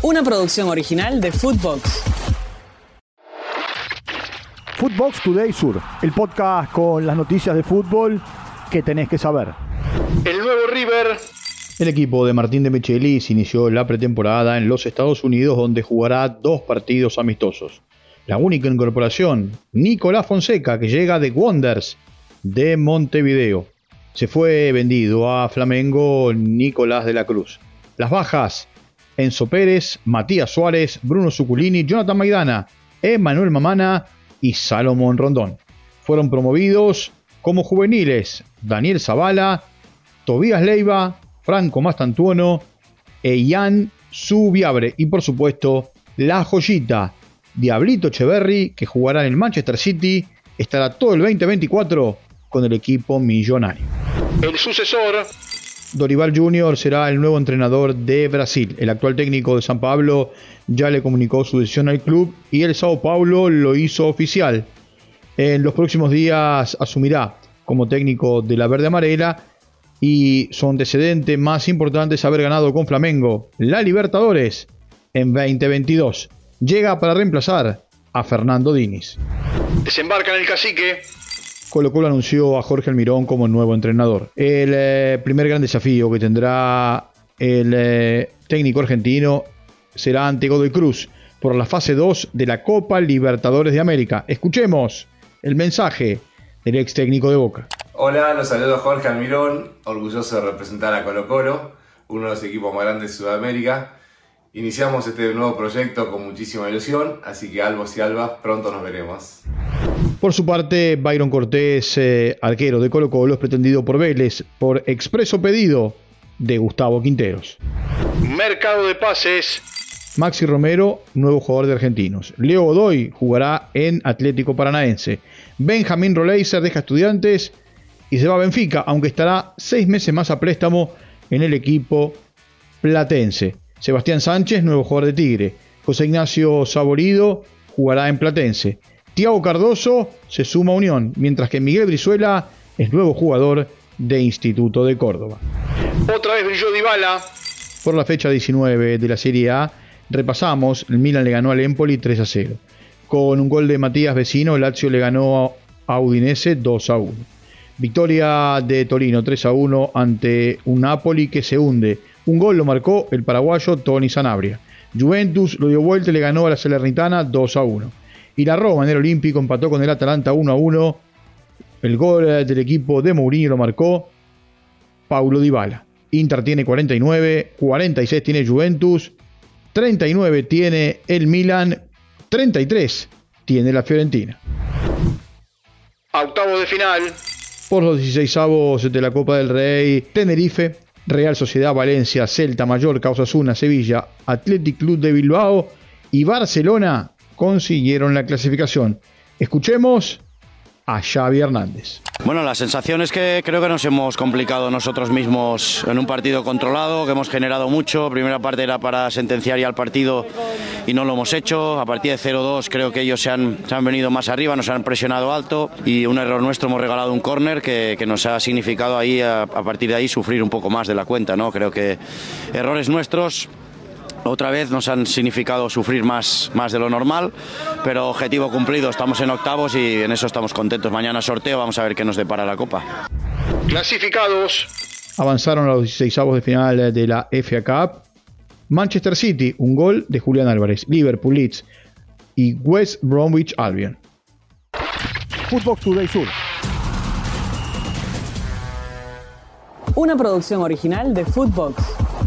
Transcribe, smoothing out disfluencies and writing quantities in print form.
Una producción original de Footbox. Footbox Today Sur, el podcast con las noticias de fútbol que tenés que saber. El nuevo River. El equipo de Martín de Michelis inició la pretemporada en los Estados Unidos, donde jugará 2 partidos amistosos. La única incorporación, Nicolás Fonseca, que llega de Wanderers de Montevideo. Se fue vendido a Flamengo Nicolás de la Cruz. Las bajas, Enzo Pérez, Matías Suárez, Bruno Zuculini, Jonathan Maidana, Emmanuel Mamana y Salomón Rondón. Fueron promovidos como juveniles Daniel Zavala, Tobías Leiva, Franco Mastantuono e Ian Subiabre. Y por supuesto, la joyita, Diablito Echeverri, que jugará en el Manchester City, estará todo el 2024 con el equipo millonario. El sucesor. Dorival Júnior será el nuevo entrenador de Brasil. El actual técnico de San Pablo ya le comunicó su decisión al club y el Sao Paulo lo hizo oficial. En los próximos días asumirá como técnico de la Verde Amarela y su antecedente más importante es haber ganado con Flamengo la Libertadores en 2022. Llega para reemplazar a Fernando Diniz. Desembarca en el Cacique. Colo-Colo anunció a Jorge Almirón como nuevo entrenador. El primer gran desafío que tendrá el técnico argentino será ante Godoy Cruz por la fase 2 de la Copa Libertadores de América. Escuchemos el mensaje del ex técnico de Boca. Hola, los saludo Jorge Almirón, orgulloso de representar a Colo-Colo, uno de los equipos más grandes de Sudamérica. Iniciamos este nuevo proyecto con muchísima ilusión, así que albos y albas, pronto nos veremos. Por su parte, Byron Cortés, arquero de Colo-Colo, es pretendido por Vélez por expreso pedido de Gustavo Quinteros. Mercado de pases. Maxi Romero, nuevo jugador de Argentinos. Leo Godoy jugará en Atlético Paranaense. Benjamín Roleiser deja Estudiantes y se va a Benfica, aunque estará 6 meses más a préstamo en el equipo platense. Sebastián Sánchez, nuevo jugador de Tigre. José Ignacio Saborido jugará en Platense. Thiago Cardoso se suma a Unión, mientras que Miguel Brizuela es nuevo jugador de Instituto de Córdoba. Otra vez brilló Dybala. Por la fecha 19 de la Serie A, repasamos, el Milan le ganó al Empoli 3-0. Con un gol de Matías Vecino, Lazio le ganó a Udinese 2-1. Victoria de Torino 3-1 ante un Napoli que se hunde. Un gol lo marcó el paraguayo Tony Sanabria. Juventus lo dio vuelta y le ganó a la Salernitana 2-1. Y la Roma en el Olímpico empató con el Atalanta 1-1. El gol del equipo de Mourinho lo marcó Paulo Dybala. Inter tiene 49, 46 tiene Juventus, 39 tiene el Milan, 33 tiene la Fiorentina. Octavos de final. Por los 16avos de la Copa del Rey, Tenerife, Real Sociedad, Valencia, Celta, Mallorca, Osasuna, Sevilla, Athletic Club de Bilbao y Barcelona consiguieron la clasificación. Escuchemos a Xavi Hernández. Bueno, la sensación es que creo que nos hemos complicado nosotros mismos en un partido controlado, que hemos generado mucho. Primera parte era para sentenciar ya el partido y no lo hemos hecho. A partir de 0-2 creo que ellos se han venido más arriba, nos han presionado alto y un error nuestro, hemos regalado un córner que nos ha significado ahí a partir de ahí sufrir un poco más de la cuenta, ¿no? Creo que errores nuestros otra vez nos han significado sufrir más de lo normal, pero objetivo cumplido, estamos en octavos y en eso estamos contentos. Mañana sorteo, vamos a ver qué nos depara la Copa. Clasificados. Avanzaron a los 16avos de final de la FA Cup. Manchester City, un gol de Julián Álvarez. Liverpool, Leeds y West Bromwich Albion. Footbox Today Sur. Una producción original de Footbox.